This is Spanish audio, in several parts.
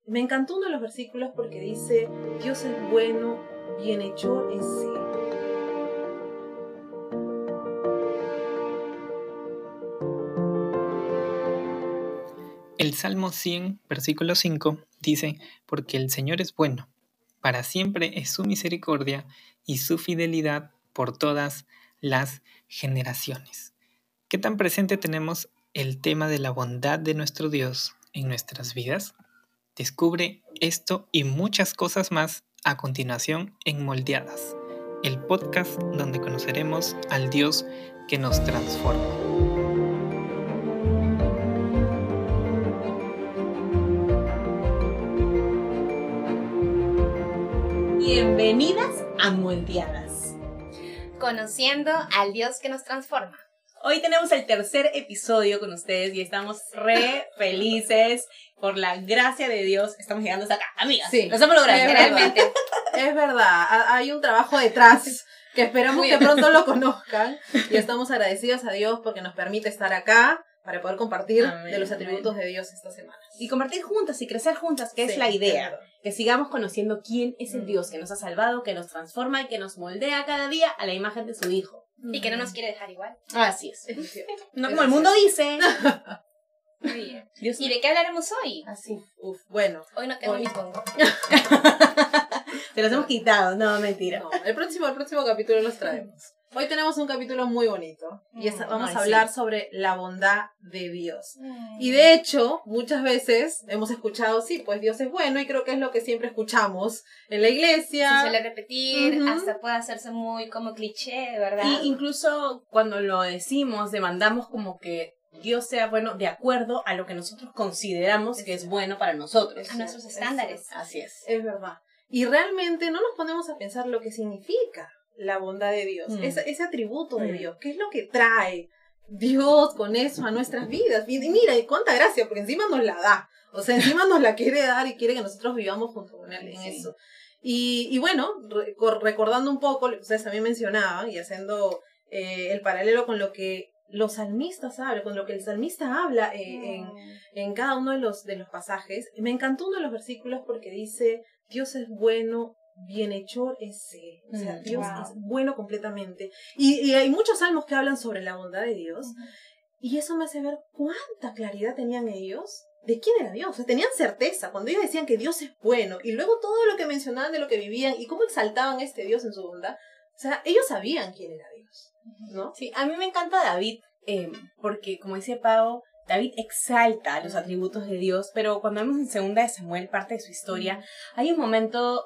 Me encantó uno de los versículos porque dice, Dios es bueno, bienhechor es Él. El Salmo 100, versículo 5, dice, porque el Señor es bueno, para siempre es su misericordia y su fidelidad por todas las generaciones. ¿Qué tan presente tenemos el tema de la bondad de nuestro Dios en nuestras vidas? Descubre esto y muchas cosas más a continuación en Moldeadas, el podcast donde conoceremos al Dios que nos transforma. Bienvenidas a Moldeadas, conociendo al Dios que nos transforma. Hoy tenemos el tercer episodio con ustedes y estamos re felices. Por la gracia de Dios estamos llegando hasta acá, amigas. Sí, lo estamos logrando. Realmente. Es verdad, hay un trabajo detrás que esperamos que pronto lo conozcan y estamos agradecidos a Dios porque nos permite estar acá para poder compartir de los atributos de Dios esta semana. Y compartir juntas y crecer juntas, que es la idea. Que sigamos conociendo quién es el Dios que nos ha salvado, que nos transforma y que nos moldea cada día a la imagen de su Hijo. Y que no nos quiere dejar igual. Así es. No como el Gracias. mundo dice. Muy bien. ¿Y de qué hablaremos hoy? Así. Bueno, Hoy no tengo mi Congo. Se los hemos quitado, no, mentira. no, el próximo capítulo los traemos. Hoy tenemos un capítulo muy bonito y vamos a hablar sobre la bondad de Dios. Y de hecho, muchas veces hemos escuchado, sí, pues Dios es bueno y creo que es lo que siempre escuchamos en la iglesia. Se suele repetir, Ujú. hasta puede hacerse muy como cliché, ¿verdad? Y incluso cuando lo decimos, demandamos como que Dios sea bueno de acuerdo a lo que nosotros consideramos que es bueno para nosotros. A nuestros estándares. Así es. Es verdad. Y realmente no nos ponemos a pensar lo que significa la bondad de Dios, ese atributo de Dios, qué es lo que trae Dios con eso a nuestras vidas. Y mira, y cuánta gracia, porque encima nos la da. O sea, encima nos la quiere dar y quiere que nosotros vivamos junto con Él en eso. Y bueno, recordando un poco lo que ustedes también mencionaban y haciendo el paralelo con lo que los salmistas hablan, con lo que el salmista habla en cada uno de los pasajes, me encantó uno de los versículos porque dice, Dios es bueno, bienhechor es Él. O sea, Dios es bueno completamente. Y hay muchos salmos que hablan sobre la bondad de Dios. Y eso me hace ver cuánta claridad tenían ellos de quién era Dios. O sea, tenían certeza cuando ellos decían que Dios es bueno. Y luego todo lo que mencionaban de lo que vivían y cómo exaltaban a este Dios en su bondad. O sea, ellos sabían quién era Dios, ¿no? Sí, a mí me encanta David, porque como dice Pau, David exalta los atributos de Dios, pero cuando vemos en Segunda de Samuel parte de su historia, hay un momento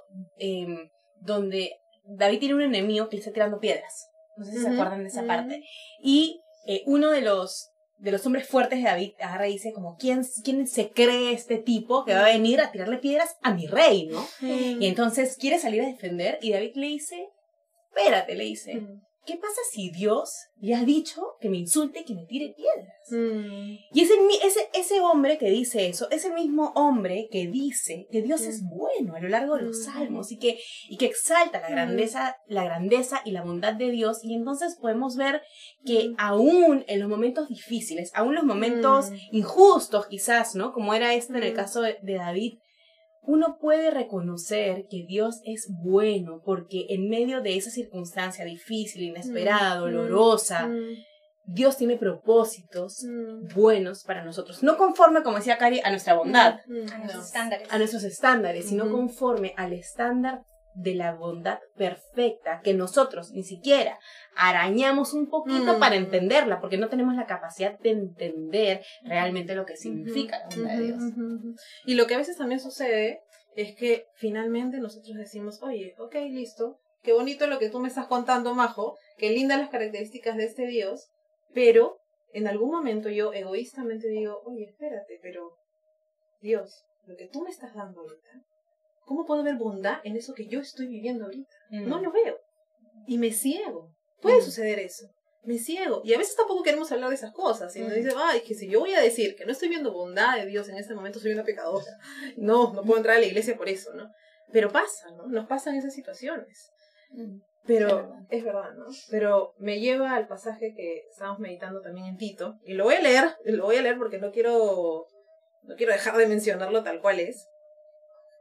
donde David tiene un enemigo que le está tirando piedras. No sé si se acuerdan de esa parte. Y uno de los hombres fuertes de David agarra y dice como, ¿quién se cree este tipo que va a venir a tirarle piedras a mi rey, ¿no? Y entonces quiere salir a defender y David le dice, espérate, le dice, ¿qué pasa si Dios le ha dicho que me insulte y que me tire piedras? Y ese hombre que dice eso es el mismo hombre que dice que Dios es bueno a lo largo de los salmos y que exalta la grandeza y la bondad de Dios. Y entonces podemos ver que aún en los momentos difíciles, aún los momentos injustos quizás, ¿no? Como era en el caso de David, uno puede reconocer que Dios es bueno porque en medio de esa circunstancia difícil, inesperada, dolorosa, Dios tiene propósitos buenos para nosotros. No conforme, como decía Cari, a nuestra bondad, A nuestros estándares. a nuestros estándares, sino conforme al estándar de la bondad perfecta que nosotros ni siquiera arañamos un poquito para entenderla, porque no tenemos la capacidad de entender realmente lo que significa la bondad de Dios. Y lo que a veces también sucede es que finalmente nosotros decimos, oye, ok, listo, qué bonito lo que tú me estás contando, Majo, qué lindas las características de este Dios, pero en algún momento yo egoístamente digo, oye, espérate, pero Dios, lo que tú me estás dando ahorita, ¿cómo puedo ver bondad en eso que yo estoy viviendo ahorita? No lo veo. Y me ciego. Puede suceder eso. Me ciego. Y a veces tampoco queremos hablar de esas cosas. Y nos dicen, ay, que si yo voy a decir que no estoy viendo bondad de Dios en este momento, soy una pecadora. No puedo entrar a la iglesia por eso, ¿no? Pero pasa, ¿no? Nos pasan esas situaciones. Pero, es verdad, ¿no? Pero me lleva al pasaje que estamos meditando también en Tito. Y lo voy a leer porque no quiero dejar de mencionarlo tal cual es.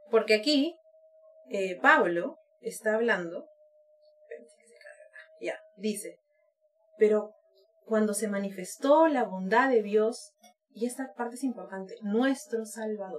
Porque aquí Pablo está hablando, ya, dice, pero cuando se manifestó la bondad de Dios, y esta parte es importante, nuestro Salvador,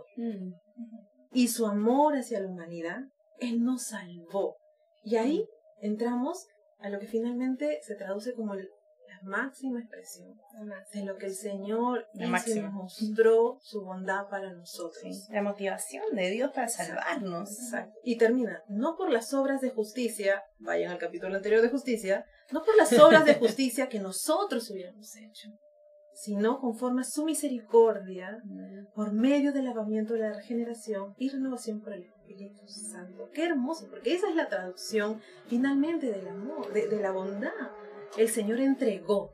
y su amor hacia la humanidad, Él nos salvó. Y ahí entramos a lo que finalmente se traduce como la máxima expresión de lo que el Señor hizo y nos mostró su bondad para nosotros. Sí, la motivación de Dios para salvarnos. Exacto. Y termina, no por las obras de justicia, vayan al capítulo anterior de justicia, no por las obras de justicia que nosotros hubiéramos hecho, sino conforme a su misericordia, por medio del lavamiento de la regeneración y renovación por el Espíritu Santo. Qué hermoso, porque esa es la traducción finalmente del amor, de la bondad. El Señor entregó,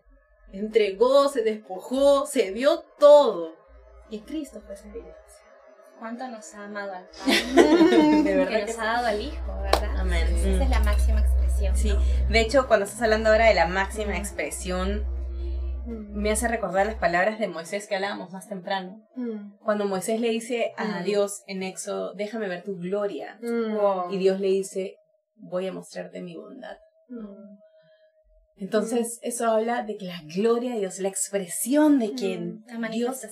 se despojó, se dio todo. Y Cristo fue esa evidencia. ¿Cuánto nos ha amado al Padre? De verdad que nos ha dado al Hijo, ¿verdad? Amén. Esa es la máxima expresión. Sí, ¿no? de hecho, cuando estás hablando ahora de la máxima expresión, me hace recordar las palabras de Moisés que hablábamos más temprano. Cuando Moisés le dice a Dios en Éxodo, déjame ver tu gloria. Y Dios le dice, voy a mostrarte mi bondad. Entonces, eso habla de que la gloria de Dios, la expresión de quien Dios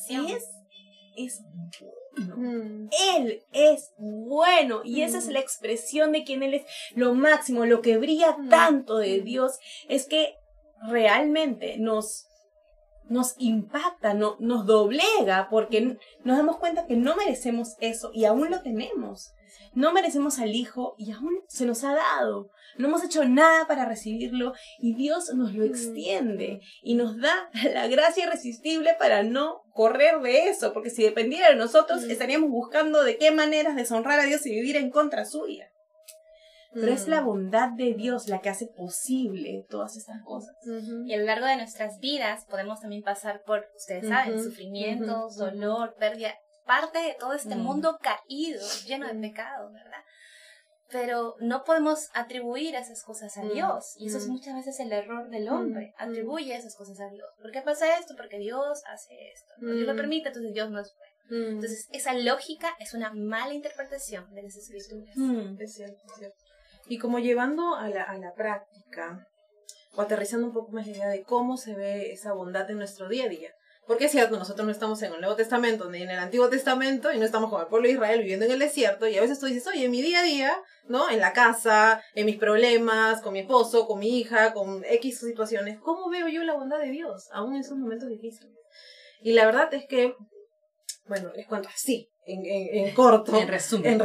es bueno. Él es bueno. Y esa es la expresión de quien Él es. Lo máximo, lo que brilla tanto de Dios es que realmente nos impacta, nos doblega, porque nos damos cuenta que no merecemos eso y aún lo tenemos. No merecemos al Hijo y aún se nos ha dado. No hemos hecho nada para recibirlo y Dios nos lo extiende y nos da la gracia irresistible para no correr de eso, porque si dependiera de nosotros estaríamos buscando de qué maneras deshonrar a Dios y vivir en contra suya. Pero es la bondad de Dios la que hace posible todas estas cosas. Y a lo largo de nuestras vidas podemos también pasar por, ustedes saben, sufrimientos, dolor, pérdida, parte de todo este mundo caído, lleno de pecado, ¿verdad? Pero no podemos atribuir esas cosas a Dios. Y eso es muchas veces el error del hombre. Atribuye esas cosas a Dios. ¿Por qué pasa esto? Porque Dios hace esto. Dios lo permite, entonces Dios no es bueno. Entonces esa lógica es una mala interpretación de las Escrituras. Es cierto, es cierto. Y como llevando a la práctica, o aterrizando un poco más la idea de cómo se ve esa bondad en nuestro día a día. Porque es cierto, nosotros no estamos en el Nuevo Testamento ni en el Antiguo Testamento y no estamos como el pueblo de Israel viviendo en el desierto y a veces tú dices, oye, en mi día a día, ¿no? En la casa, en mis problemas, con mi esposo, con mi hija, con X situaciones, ¿cómo veo yo la bondad de Dios aún en esos momentos difíciles? Y la verdad es que, bueno, les cuento así, en corto, En resumen,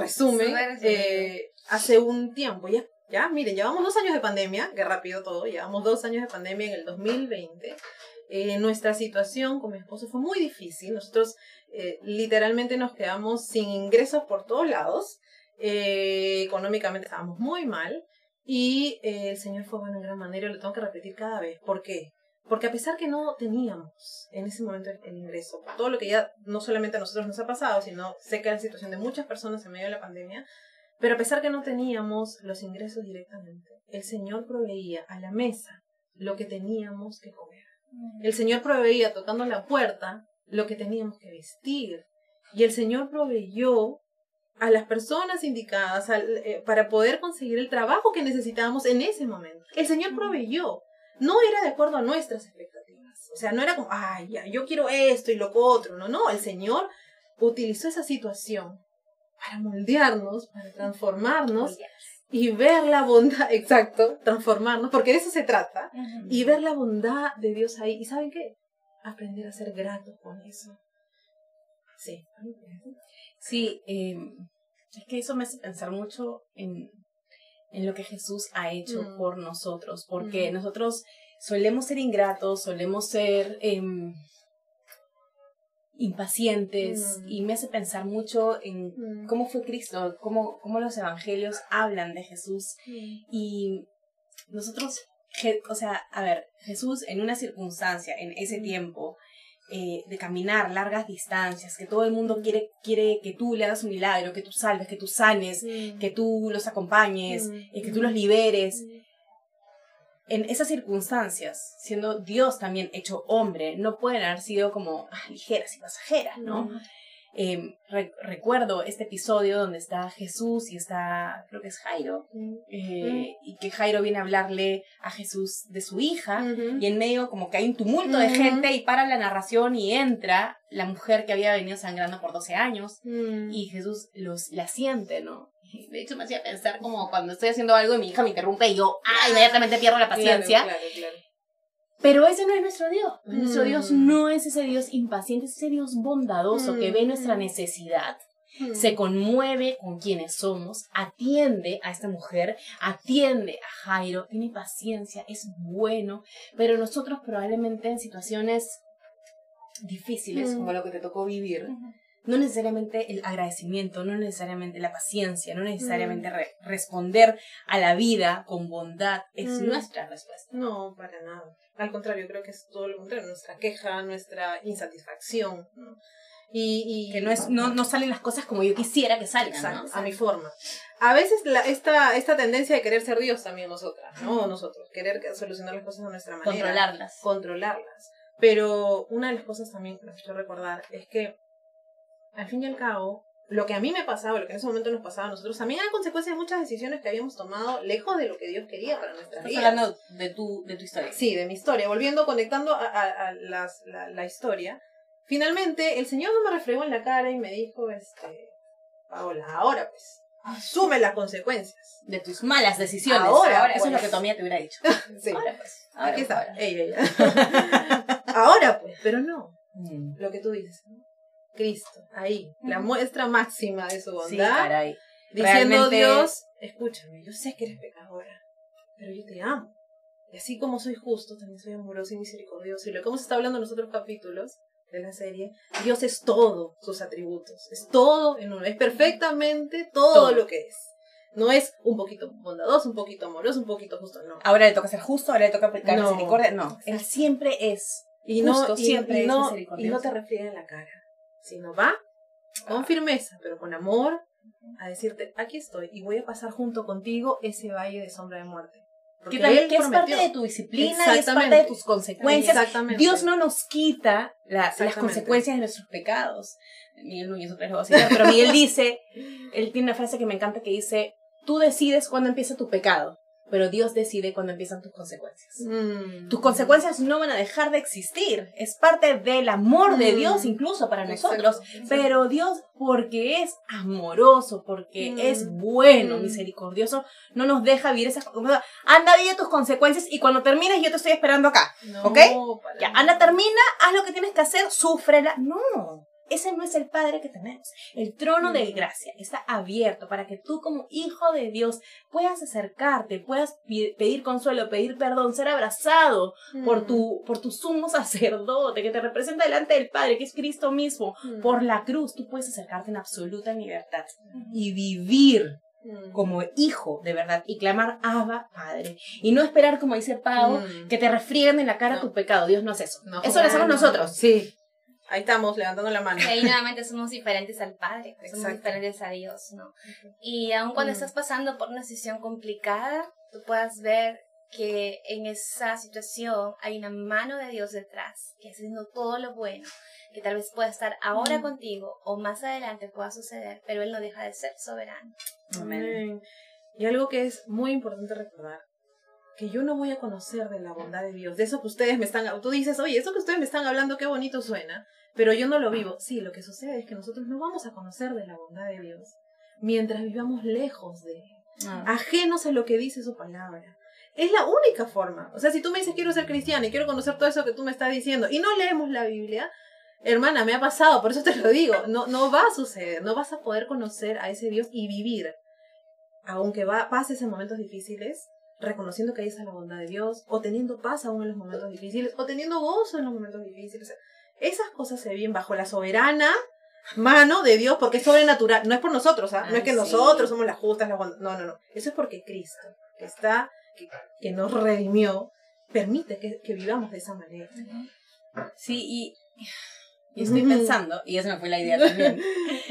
hace un tiempo, ya, miren, llevamos 2 años de pandemia, que rápido todo, llevamos 2 años de pandemia en el 2020. Nuestra situación con mi esposo fue muy difícil. Nosotros literalmente nos quedamos sin ingresos por todos lados. Económicamente estábamos muy mal. Y el Señor fue bueno en gran manera. Lo tengo que repetir cada vez. ¿Por qué? Porque a pesar que no teníamos en ese momento el ingreso, por todo lo que ya no solamente a nosotros nos ha pasado, sino sé que es la situación de muchas personas en medio de la pandemia, pero a pesar que no teníamos los ingresos directamente, el Señor proveía a la mesa lo que teníamos que comer. El Señor proveía tocando la puerta lo que teníamos que vestir. Y el Señor proveyó a las personas indicadas para poder conseguir el trabajo que necesitábamos en ese momento. El Señor proveyó. No era de acuerdo a nuestras expectativas. O sea, no era como, ay, ya, yo quiero esto y lo otro. No, el Señor utilizó esa situación para moldearnos, para transformarnos. Y ver la bondad, exacto, transformarnos, porque de eso se trata, y ver la bondad de Dios ahí. ¿Y saben qué? Aprender a ser gratos con eso. Sí. Sí, es que eso me hace pensar mucho en lo que Jesús ha hecho por nosotros, porque nosotros solemos ser ingratos, solemos ser impacientes, y me hace pensar mucho en cómo fue Cristo, cómo los evangelios hablan de Jesús. Y nosotros, o sea, a ver, Jesús en una circunstancia, en ese tiempo, de caminar largas distancias, que todo el mundo quiere que tú le hagas un milagro, que tú salves, que tú sanes, que tú los acompañes, que tú los liberes. En esas circunstancias, siendo Dios también hecho hombre, no pueden haber sido como ligeras y pasajeras, ¿no? Recuerdo este episodio donde está Jesús y está, creo que es Jairo, y que Jairo viene a hablarle a Jesús de su hija, y en medio como que hay un tumulto de gente y para la narración y entra la mujer que había venido sangrando por 12 años y Jesús la siente, ¿no? De hecho me hacía pensar como cuando estoy haciendo algo y mi hija me interrumpe y yo inmediatamente pierdo la paciencia. Claro. Pero ese no es nuestro Dios. Nuestro Dios no es ese Dios impaciente, es ese Dios bondadoso que ve nuestra necesidad, se conmueve con quienes somos, atiende a esta mujer, atiende a Jairo, tiene paciencia, es bueno, pero nosotros probablemente en situaciones difíciles, como lo que te tocó vivir, no necesariamente el agradecimiento, no necesariamente la paciencia, no necesariamente responder a la vida con bondad es nuestra respuesta. No, para nada. Al contrario, creo que es todo lo contrario, nuestra queja, nuestra insatisfacción, ¿no? Y que no salen las cosas como yo quisiera que salgan, exacto, ¿no? a mi forma. A veces esta tendencia de querer ser Dios también nosotras, ¿no? Nosotros, querer solucionar las cosas a nuestra manera. Controlarlas. Pero una de las cosas también que quiero recordar es que, al fin y al cabo, lo que a mí me pasaba, lo que en ese momento nos pasaba a nosotros, también era consecuencia de muchas decisiones que habíamos tomado lejos de lo que Dios quería para nuestras vidas. Estás hablando de tu historia. Sí, de mi historia. Conectando a la historia. Finalmente, el Señor no me refregó en la cara y me dijo, Paola, ahora pues, asume las consecuencias de tus malas decisiones. Ahora eso pues. es lo que tu amiga te hubiera dicho. Sí. Ahora pues. Aquí está. Ella. Ahora pues, pero no. Lo que tú dices, ¿no? Cristo, ahí, la muestra máxima de su bondad. Sí, caray. Diciendo, Realmente... Dios, escúchame, yo sé que eres pecadora, pero yo te amo. Y así como soy justo, también soy amoroso y misericordioso. Y lo que hemos estado hablando en los otros capítulos de la serie, Dios es todo sus atributos. Es todo en uno. Es perfectamente todo lo que es. No es un poquito bondadoso, un poquito amoroso, un poquito justo, no. Ahora le toca ser justo, ahora le toca aplicar misericordia. No, Él siempre es justo, siempre es misericordioso. Y no te refriega en la cara, sino va con firmeza, pero con amor, a decirte, aquí estoy y voy a pasar junto contigo ese valle de sombra de muerte. Que es parte de tu disciplina y es parte de tus consecuencias. Exactamente. Dios no nos quita las consecuencias de nuestros pecados. Miguel Núñez otra vez lo va a citar, pero Miguel dice, él tiene una frase que me encanta que dice, tú decides cuándo empieza tu pecado, pero Dios decide cuándo empiezan tus consecuencias. Tus consecuencias no van a dejar de existir. Es parte del amor de Dios incluso para nosotros. Exacto. Pero Dios, porque es amoroso, porque es bueno, misericordioso, no nos deja vivir esas cosas. Anda, vive tus consecuencias y cuando termines yo te estoy esperando acá. ¿Ok? Ya, anda, termina, haz lo que tienes que hacer, súfrela. No. Ese no es el Padre que tenemos. El trono de gracia está abierto para que tú como hijo de Dios puedas acercarte, puedas pedir consuelo, pedir perdón, ser abrazado por tu sumo sacerdote que te representa delante del Padre, que es Cristo mismo. Por la cruz tú puedes acercarte en absoluta libertad y vivir como hijo de verdad y clamar Abba, Padre, y no esperar, como dice Pau, que te refrieguen en la cara tu pecado. Dios no hace eso. Eso lo hacemos nosotros. Sí. Ahí estamos, levantando la mano. Y ahí nuevamente somos diferentes al Padre, somos diferentes a Dios, ¿no? Y aun cuando estás pasando por una situación complicada, tú puedas ver que en esa situación hay una mano de Dios detrás, que está haciendo todo lo bueno, que tal vez pueda estar ahora contigo o más adelante pueda suceder, pero Él no deja de ser soberano. Amén. Y algo que es muy importante recordar, que yo no voy a conocer de la bondad de Dios, de eso que ustedes me están... Tú dices, oye, eso que ustedes me están hablando, qué bonito suena, pero yo no lo vivo. Sí, lo que sucede es que nosotros no vamos a conocer de la bondad de Dios mientras vivamos lejos de Él, ajenos a lo que dice su palabra. Es la única forma. O sea, si tú me dices, quiero ser cristiana y quiero conocer todo eso que tú me estás diciendo, y no leemos la Biblia, hermana, me ha pasado, por eso te lo digo, no va a suceder, no vas a poder conocer a ese Dios y vivir, aunque pases en momentos difíciles, reconociendo que ahí está la bondad de Dios, o teniendo paz aún en los momentos difíciles, o teniendo gozo en los momentos difíciles. O sea, esas cosas se viven bajo la soberana mano de Dios, porque es sobrenatural. No es por nosotros, no es que nosotros somos las justas, no. Eso es porque Cristo, que nos redimió, permite que vivamos de esa manera. Sí, y estoy pensando, y esa me fue la idea también.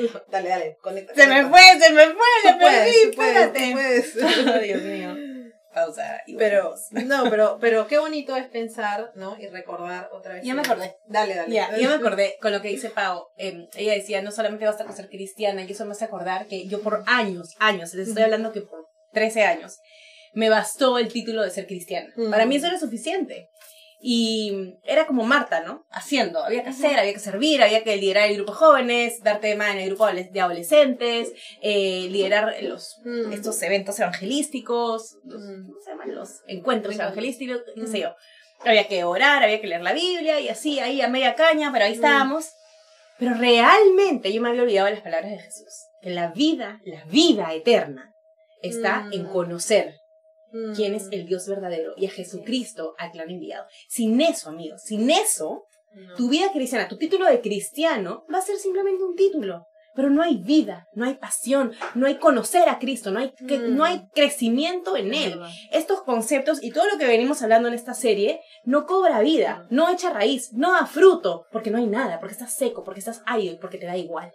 Dale, conecta. Se me fue, me perdí, espérate. Puedes. Oh, Dios mío. pausa. Y Pero, no, pero qué bonito es pensar, ¿no? Y recordar otra vez. Ya me acordé. Dale. Ya, yo me acordé con lo que dice Pau. Ella decía, no solamente basta con ser cristiana, y eso me hace acordar que yo por años, les estoy hablando que por 13 años, me bastó el título de ser cristiana. Para mí eso era suficiente. Y era como Marta, ¿no? Haciendo. Había que hacer, había que servir, había que liderar el grupo de jóvenes, darte de mano en el grupo de adolescentes, liderar estos eventos evangelísticos, ¿cómo se llaman? Los encuentros evangelísticos, qué sé yo. Había que orar, había que leer la Biblia y así, ahí a media caña, pero ahí estábamos. Pero realmente yo me había olvidado de las palabras de Jesús. Que la vida eterna está en conocer quién es el Dios verdadero y a Jesucristo al que le han enviado. Sin eso, amigos, sin eso, tu vida cristiana, tu título de cristiano va a ser simplemente un título. Pero no hay vida, no hay pasión, no hay conocer a Cristo, no hay crecimiento en Él. Estos conceptos y todo lo que venimos hablando en esta serie no cobra vida, no echa raíz, no da fruto, porque no hay nada, porque estás seco, porque estás árido, porque te da igual.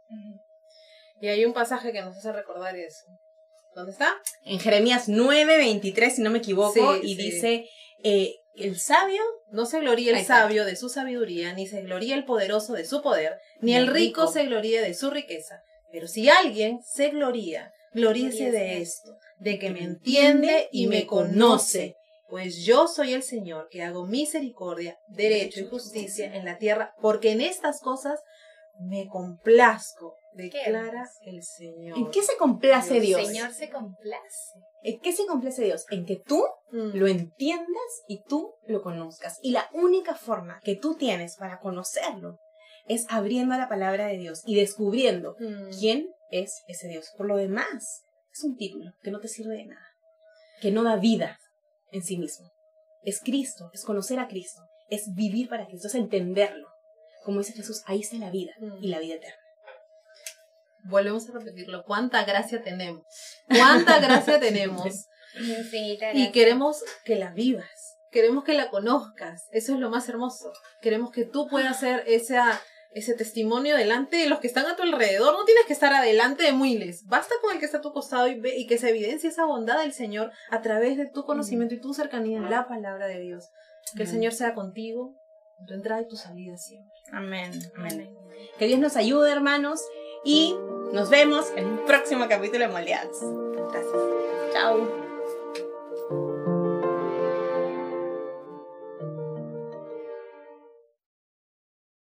Y hay un pasaje que nos hace recordar eso. ¿Dónde está? En Jeremías 9:23, si no me equivoco, dice, el sabio... No se gloríe el sabio de su sabiduría, ni se gloríe el poderoso de su poder, ni el rico se gloríe de su riqueza. Pero si alguien se gloría, gloríese de esto, de que me entiende y me conoce. Pues yo soy el Señor, que hago misericordia, derecho y justicia en la tierra, porque en estas cosas me complazco, declara el Señor. ¿En qué se complace Dios? El Señor se complace. ¿En qué se complace Dios? En que tú lo entiendas y tú lo conozcas. Y la única forma que tú tienes para conocerlo es abriendo la palabra de Dios y descubriendo quién es ese Dios. Por lo demás, es un título que no te sirve de nada, que no da vida en sí mismo. Es Cristo, es conocer a Cristo, es vivir para Cristo, es entenderlo. Como dice Jesús, ahí está la vida y la vida eterna. Volvemos a repetirlo. ¿Cuánta gracia tenemos? ¿Cuánta gracia tenemos? Y queremos que la vivas. Queremos que la conozcas. Eso es lo más hermoso. Queremos que tú puedas ser ese testimonio delante de los que están a tu alrededor. No tienes que estar adelante de miles. Basta con el que está a tu costado y que se evidencie esa bondad del Señor a través de tu conocimiento y tu cercanía en la palabra de Dios. Que el Señor sea contigo, en tu entrada y tu salida siempre. Amén. Amén. Que Dios nos ayude, hermanos. Y nos vemos en un próximo capítulo de Moldeados. Gracias. Chao.